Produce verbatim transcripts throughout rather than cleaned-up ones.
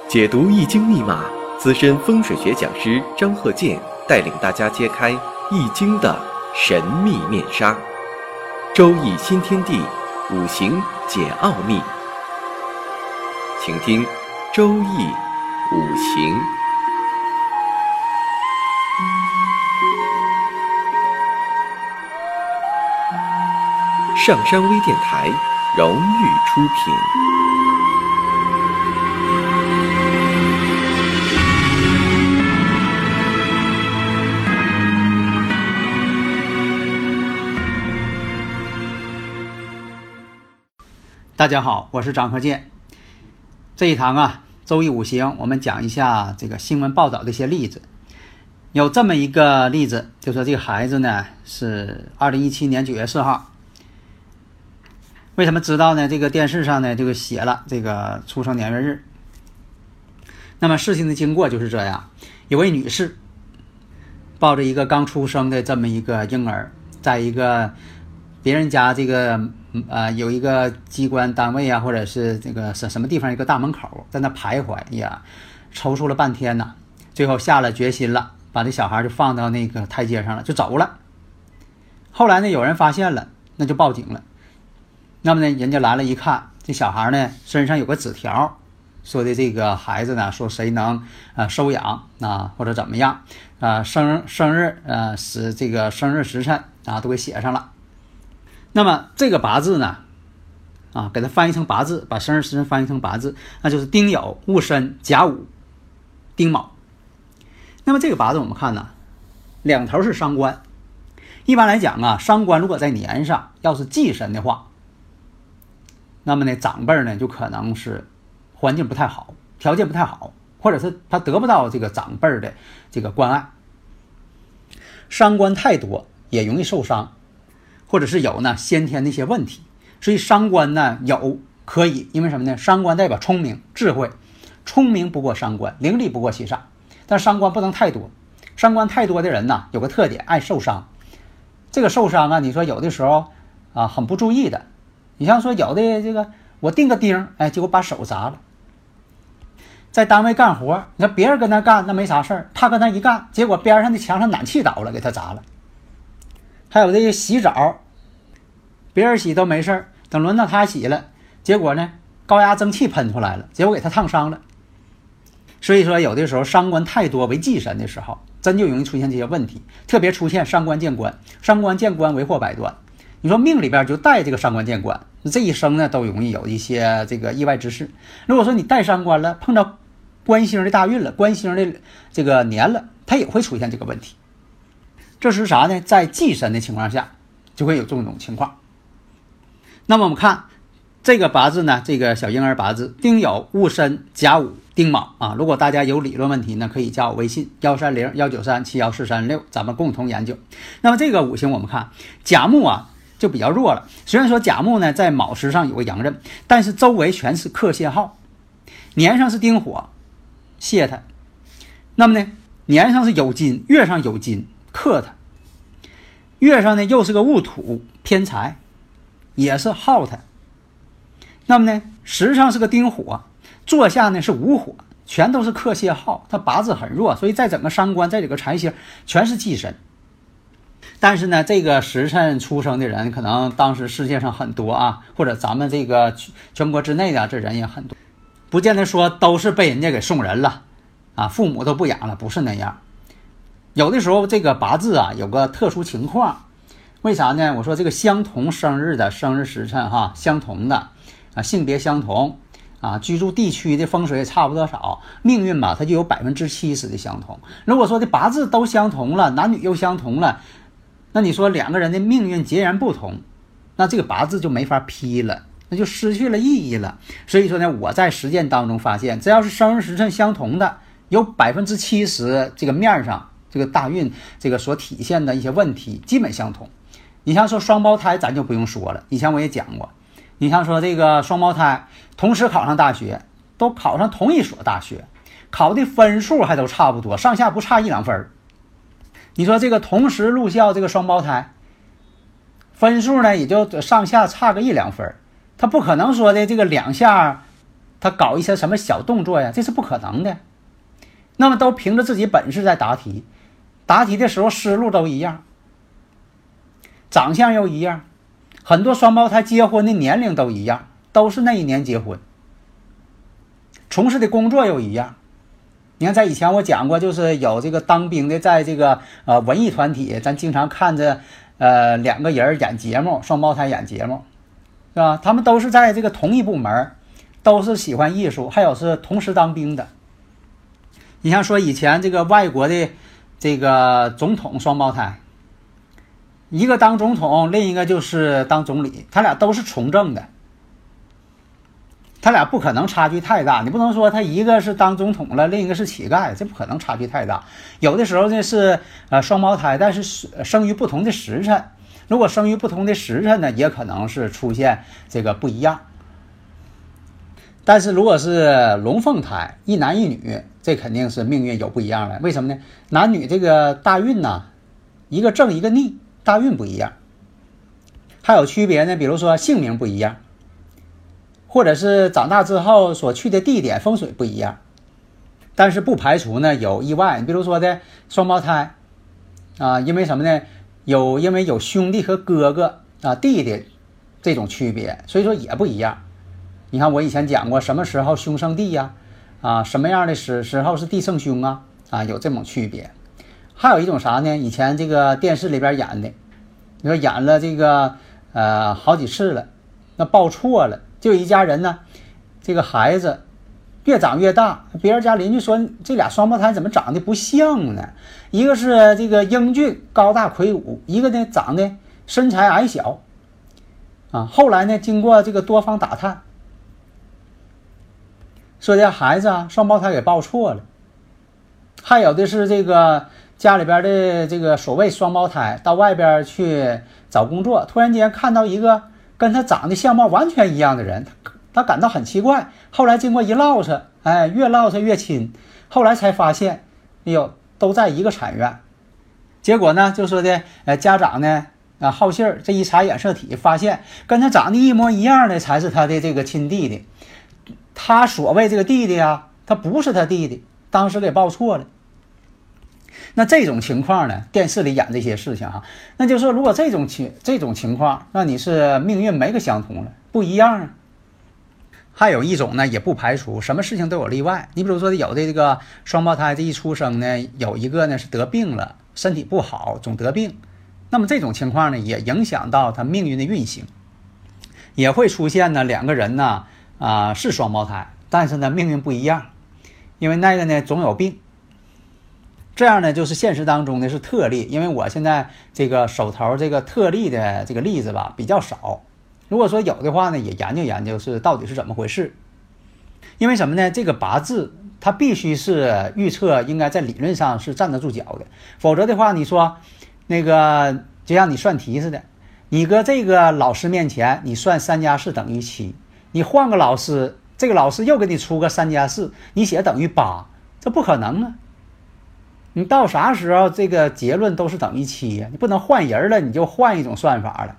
解读易经密码，资深风水学讲师张鹤剑带领大家揭开易经的神秘面纱。周易新天地，五行解奥秘。请听周易五行。上山微电台荣誉出品。 大家好，我是张鹤剑。这一堂啊，周易五行，我们讲一下这个新闻报道的一些例子。有这么一个例子，就说这个孩子呢是二零一七年九月四号。为什么知道呢？这个电视上呢这个写了这个出生年月日。那么事情的经过就是这样，有位女士抱着一个刚出生的这么一个婴儿，在一个别人家这个呃有一个机关单位啊，或者是这个什什么地方一个大门口，在那徘徊呀，踌躇了半天呢，最后下了决心了，把这小孩就放到那个台阶上了，就走了。后来呢，有人发现了，那就报警了。那么呢，人家来了一看，这小孩呢身上有个纸条，说的这个孩子呢，说谁能呃收养啊，或者怎么样啊，生生日呃使这个生日时辰啊都给写上了。那么这个八字呢，啊，给它翻译成八字，把生日时辰翻译成八字，那就是丁酉、戊申、甲午、丁卯。那么这个八字我们看呢，两头是伤官。一般来讲啊，伤官如果在年上，要是忌神的话，那么呢，长辈呢就可能是环境不太好，条件不太好，或者是他得不到这个长辈的这个关爱。伤官太多也容易受伤，或者是有呢先天的一些问题。所以伤官呢有可以，因为什么呢？伤官代表聪明、智慧，聪明不过伤官，伶俐不过七煞。但伤官不能太多，伤官太多的人呢有个特点，爱受伤。这个受伤啊，你说有的时候啊很不注意的。你像说有的这个我钉个钉，哎，结果把手砸了。在单位干活，你说别人跟他干那没啥事儿，他跟他一干，结果边上的墙上暖气倒了，给他砸了。还有这个洗澡，别人洗都没事儿，等轮到他洗了，结果呢高压蒸汽喷出来了，结果给他烫伤了。所以说有的时候伤官太多为忌神的时候，真就容易出现这些问题，特别出现伤官见官，伤官见官为祸百端。你说命里边就带这个伤官见官，这一生呢都容易有一些这个意外之事。如果说你带伤官了，碰到官星的大运了，官星的这个年了，它也会出现这个问题。这是啥呢？在忌神的情况下就会有这种情况。那么我们看这个八字呢，这个小婴儿八字丁酉、戊申、甲午、丁卯啊。如果大家有理论问题呢，可以加我微信幺三零幺九三七幺四三六，咱们共同研究。那么这个五行我们看甲木啊就比较弱了。虽然说甲木呢在卯时上有个阳刃，但是周围全是克泄耗。年上是丁火泄它，那么呢年上是有金，月上有金克它，月上呢又是个戊土偏财，也是耗它。那么呢时上是个丁火，坐下呢是午火，全都是克泄耗，它八字很弱，所以在整个伤官，在整个财星全是忌神。但是呢这个时辰出生的人可能当时世界上很多啊，或者咱们这个全国之内的这人也很多，不见得说都是被人家给送人了啊，父母都不养了，不是那样。有的时候这个八字啊有个特殊情况，为啥呢？我说这个相同生日的生日时辰哈，相同的啊，性别相同啊，居住地区的风水也差不多少，命运吧它就有百分之七十的相同。如果说这八字都相同了，男女又相同了，那你说两个人的命运截然不同，那这个八字就没法批了，那就失去了意义了。所以说呢，我在实践当中发现，只要是生日时辰相同的，有百分之七十这个面上这个大运这个所体现的一些问题基本相同。你像说双胞胎咱就不用说了，以前我也讲过，你像说这个双胞胎同时考上大学，都考上同一所大学，考的分数还都差不多，上下不差一两分。你说这个同时入校这个双胞胎分数呢也就上下差个一两分，他不可能说的这个两下他他搞一些什么小动作呀，这是不可能的。那么都凭着自己本事在答题，答题的时候思路都一样，长相又一样，很多双胞胎结婚的年龄都一样，都是那一年结婚，从事的工作又一样。你看在以前我讲过，就是有这个当兵的，在这个呃文艺团体，咱经常看着呃两个人演节目，双胞胎演节目，是吧？他们都是在这个同一部门，都是喜欢艺术，还有是同时当兵的。你像说以前这个外国的这个总统双胞胎，一个当总统，另一个就是当总理，他俩都是从政的，他俩不可能差距太大。你不能说他一个是当总统了，另一个是乞丐，这不可能差距太大。有的时候呢是呃双胞胎，但是生于不同的时辰，如果生于不同的时辰呢，也可能是出现这个不一样。但是如果是龙凤胎，一男一女，这肯定是命运有不一样的。为什么呢？男女这个大运呢，一个正一个逆，大运不一样。还有区别呢，比如说姓名不一样，或者是长大之后所去的地点风水不一样。但是不排除呢有意外，比如说的双胞胎啊，因为什么呢？有因为有兄弟和哥哥啊弟弟这种区别，所以说也不一样。你看我以前讲过，什么时候兄生弟呀、啊？啊，什么样的时时候是弟胜兄啊？啊，有这种区别。还有一种啥呢？以前这个电视里边演的，你说演了这个呃好几次了，那报错了，就一家人呢，这个孩子越长越大，别人家邻居说这俩双胞胎怎么长得不像呢？一个是这个英俊高大魁梧，一个呢长得身材矮小啊。后来呢，经过这个多方打探，说这孩子啊，双胞胎给报错了。还有的是这个家里边的这个所谓双胞胎到外边去找工作，突然间看到一个跟他长得相貌完全一样的人，他感到很奇怪。后来经过一唠扯，哎，越唠扯越亲，后来才发现，哎呦，都在一个产院。结果呢，就说的呃家长呢啊好信儿，这一查染色体，发现跟他长得一模一样的才是他的这个亲弟弟。他所谓这个弟弟啊，他不是他弟弟，当时给报错了。那这种情况呢，电视里演这些事情哈，那就是说如果这种情这种情况，那你是命运没个相同了，不一样啊。还有一种呢，也不排除，什么事情都有例外。你比如说有的这个双胞胎这一出生呢，有一个呢是得病了，身体不好，总得病，那么这种情况呢，也影响到他命运的运行，也会出现呢两个人呢啊、呃、是双胞胎，但是呢命运不一样，因为那个呢总有病。这样呢就是现实当中呢是特例，因为我现在这个手头这个特例的这个例子吧比较少，如果说有的话呢，也研究研究是到底是怎么回事。因为什么呢？这个八字它必须是预测应该在理论上是站得住脚的，否则的话你说那个就像你算题似的，你搁这个老师面前你算三加四等于七，你换个老师，这个老师又给你出个三加四，你写等于八，这不可能啊。你到啥时候这个结论都是等于七呀？你不能换人了你就换一种算法了。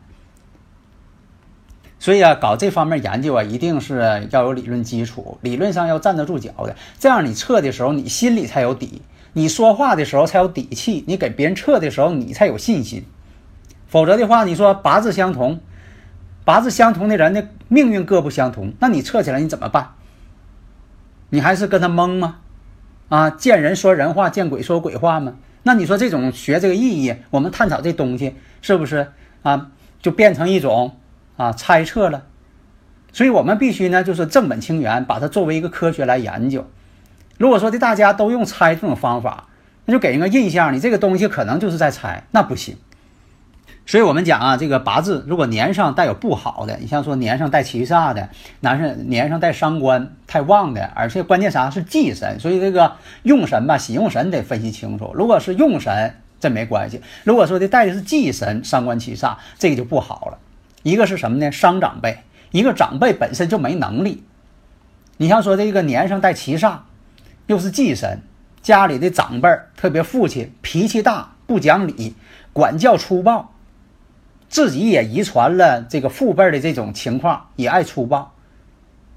所以啊，搞这方面研究啊，一定是要有理论基础，理论上要站得住脚的，这样你测的时候你心里才有底，你说话的时候才有底气，你给别人测的时候你才有信心。否则的话，你说八字相同，八字相同的人的命运各不相同，那你测起来你怎么办？你还是跟他蒙吗？啊，见人说人话，见鬼说鬼话吗？那你说这种学这个意义，我们探讨这东西是不是啊，就变成一种啊猜测了？所以我们必须呢，就是正本清源，把它作为一个科学来研究。如果说的大家都用猜这种方法，那就给人个印象，你这个东西可能就是在猜，那不行。所以我们讲啊，这个八字如果年上带有不好的，你像说年上带七煞的，男生年上带伤官太旺的，而且关键啥是忌神，所以这个用神吧，喜用神得分析清楚。如果是用神，这没关系；如果说的带的是忌神，伤官七煞，这个就不好了。一个是什么呢？伤长辈，一个长辈本身就没能力。你像说这个年上带七煞，又是忌神，家里的长辈特别父亲脾气大，不讲理，管教粗暴。自己也遗传了这个父辈的这种情况，也爱粗暴，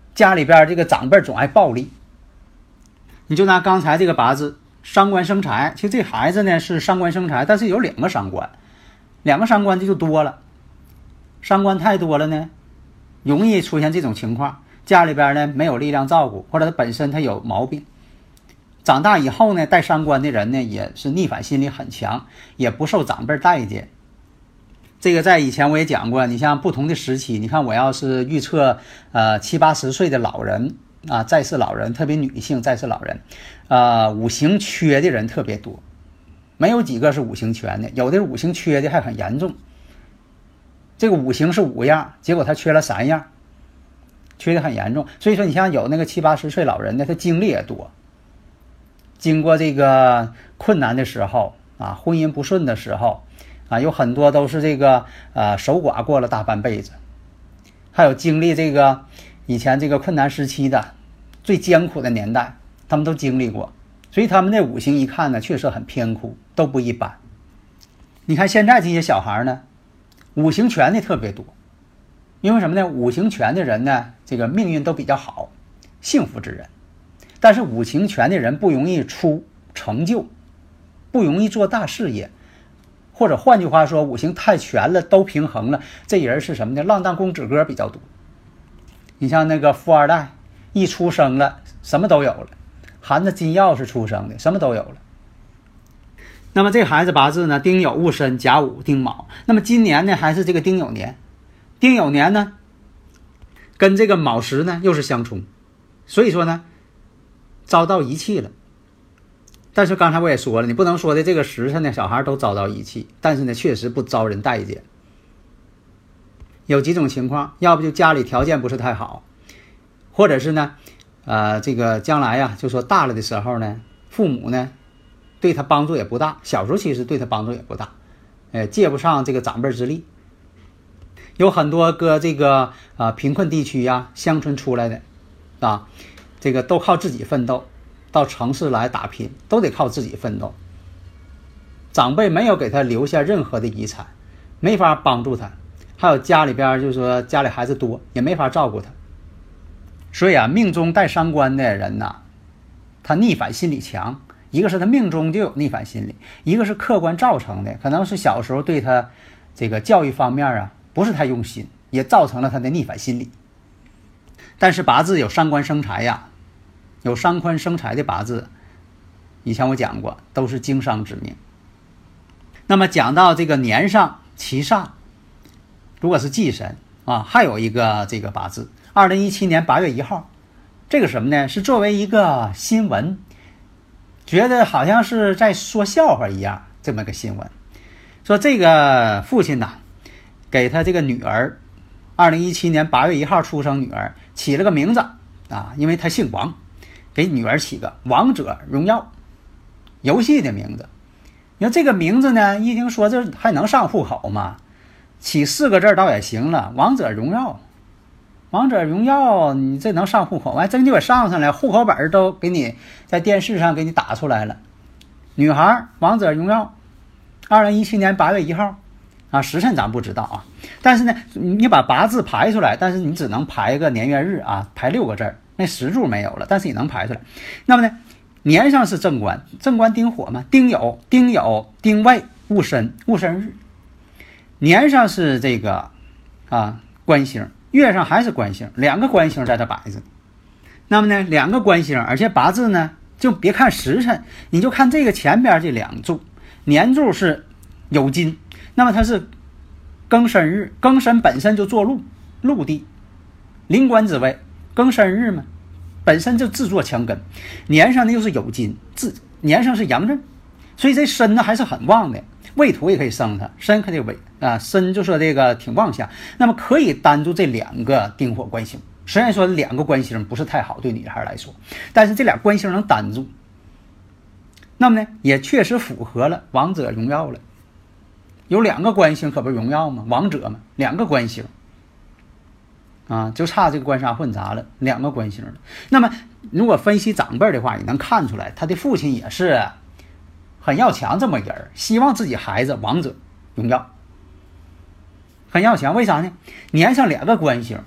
家里边这个长辈总爱暴力。你就拿刚才这个八字伤官生财，其实这孩子呢是伤官生财，但是有两个伤官，两个伤官这就多了，伤官太多了呢，容易出现这种情况，家里边呢没有力量照顾，或者他本身他有毛病。长大以后呢，带伤官的人呢也是逆反心理很强，也不受长辈待见。这个在以前我也讲过，你像不同的时期，你看我要是预测呃七八十岁的老人啊，在世老人，特别女性在世老人，呃五行缺的人特别多，没有几个是五行全的，有的五行缺的还很严重。这个五行是五样，结果他缺了三样，缺的很严重。所以说你像有那个七八十岁老人呢，他经历也多，经过这个困难的时候啊，婚姻不顺的时候啊，有很多都是这个呃守寡过了大半辈子，还有经历这个以前这个困难时期的最艰苦的年代，他们都经历过，所以他们的五行一看呢，确实很偏枯，都不一般。你看现在这些小孩呢，五行全的特别多，因为什么呢？五行全的人呢，这个命运都比较好，幸福之人。但是五行全的人不容易出成就，不容易做大事业，或者换句话说，五行太全了，都平衡了，这人是什么呢？浪荡公子哥比较多。你像那个富二代，一出生了什么都有了，含着金钥匙出生的，什么都有了。那么这孩子八字呢，丁酉戊申甲午丁卯，那么今年呢还是这个丁酉年，丁酉年呢跟这个卯时呢又是相冲，所以说呢遭到遗弃了。但是刚才我也说了，你不能说的这个时辰呢小孩都遭到遗弃，但是呢确实不招人待见。有几种情况，要不就家里条件不是太好，或者是呢呃这个将来呀就说大了的时候呢，父母呢对他帮助也不大，小时候其实对他帮助也不大，呃借不上这个长辈之力。有很多个这个啊贫困地区呀乡村出来的啊，这个都靠自己奋斗，到城市来打拼都得靠自己奋斗，长辈没有给他留下任何的遗产，没法帮助他，还有家里边就是说家里孩子多也没法照顾他。所以啊，命中带伤官的人呐、啊，他逆反心理强，一个是他命中就有逆反心理，一个是客观造成的，可能是小时候对他这个教育方面啊不是太用心，也造成了他的逆反心理。但是八字有伤官生财呀，有伤官生财的八字，以前我讲过都是经商之命。那么讲到这个年上七煞，如果是忌神啊，还有一个这个八字二零一七年八月一号，这个什么呢？是作为一个新闻，觉得好像是在说笑话一样，这么个新闻，说这个父亲呐给他这个女儿二零一七年八月一号出生女儿起了个名字啊，因为他姓王，给女儿起个王者荣耀，游戏的名字。你说这个名字呢，一听说这还能上户口吗？起四个字倒也行了，王者荣耀，王者荣耀，你这能上户口？还真就给上上来，户口本都给你在电视上给你打出来了。女孩王者荣耀，二零一七年八月一号啊，时辰咱不知道啊，但是呢，你把八字排出来，但是你只能排个年月日啊，排六个字，那时柱没有了，但是你能排出来。那么呢，年上是正官，正官丁火嘛，丁酉、丁酉、丁未、戊申、戊申日。年上是这个啊官星，月上还是官星，两个官星在这摆着。那么呢，两个官星，而且八字呢，就别看时辰，你就看这个前边这两柱，年柱是酉金，那么它是庚申日，庚申本身就坐陆陆地，临官之位，庚申日嘛，本身就自作强根，年上呢又是酉金，自年上是阳刃，所以这申呢还是很旺的。未土也可以生它，申可以未啊，申就说这个挺旺相，那么可以单住这两个丁火官星。虽然说两个官星不是太好对女孩来说，但是这俩官星能单住，那么呢也确实符合了王者荣耀了。有两个官星可不是荣耀吗？王者嘛，两个官星啊，就差这个官杀混杂了，两个官星了。那么如果分析长辈的话，也能看出来他的父亲也是很要强这么一个人，希望自己孩子王者荣耀，很要强。为啥呢？年上两个官星，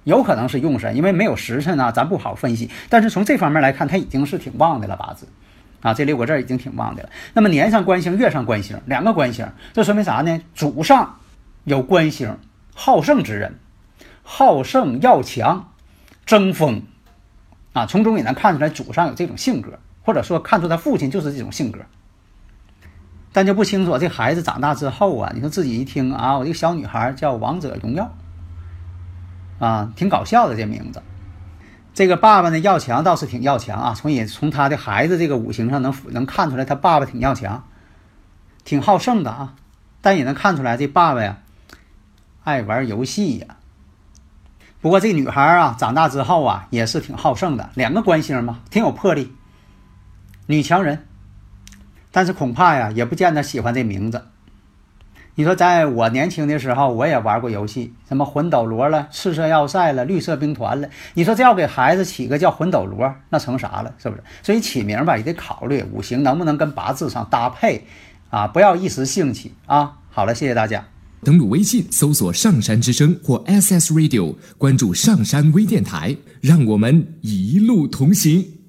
有可能是用神，因为没有时辰啊，咱不好分析。但是从这方面来看，它已经是挺旺的了，八字啊，这六个字已经挺旺的了。那么年上官星，月上官星，两个官星，这说明啥呢？主上有官星，好胜之人，好胜要强，争锋啊，从中也能看出来主上有这种性格，或者说看出他父亲就是这种性格。但就不清楚这孩子长大之后啊，你说自己一听啊，我这个小女孩叫王者荣耀啊，挺搞笑的这名字。这个爸爸呢要强倒是挺要强啊，从也从他的孩子这个五行上能能看出来他爸爸挺要强，挺好胜的啊。但也能看出来这爸爸呀爱玩游戏呀。不过这女孩啊长大之后啊也是挺好胜的，两个官星嘛，挺有魄力，女强人。但是恐怕呀也不见得喜欢这名字。你说在我年轻的时候我也玩过游戏，什么魂斗罗了，赤色要塞了，绿色兵团了，你说这要给孩子起个叫魂斗罗，那成啥了，是不是？所以起名吧也得考虑五行能不能跟八字上搭配啊，不要一时兴起啊。好了，谢谢大家。 登录微信搜索上山之声或 S S Radio， 关注上山微电台，让我们一路同行。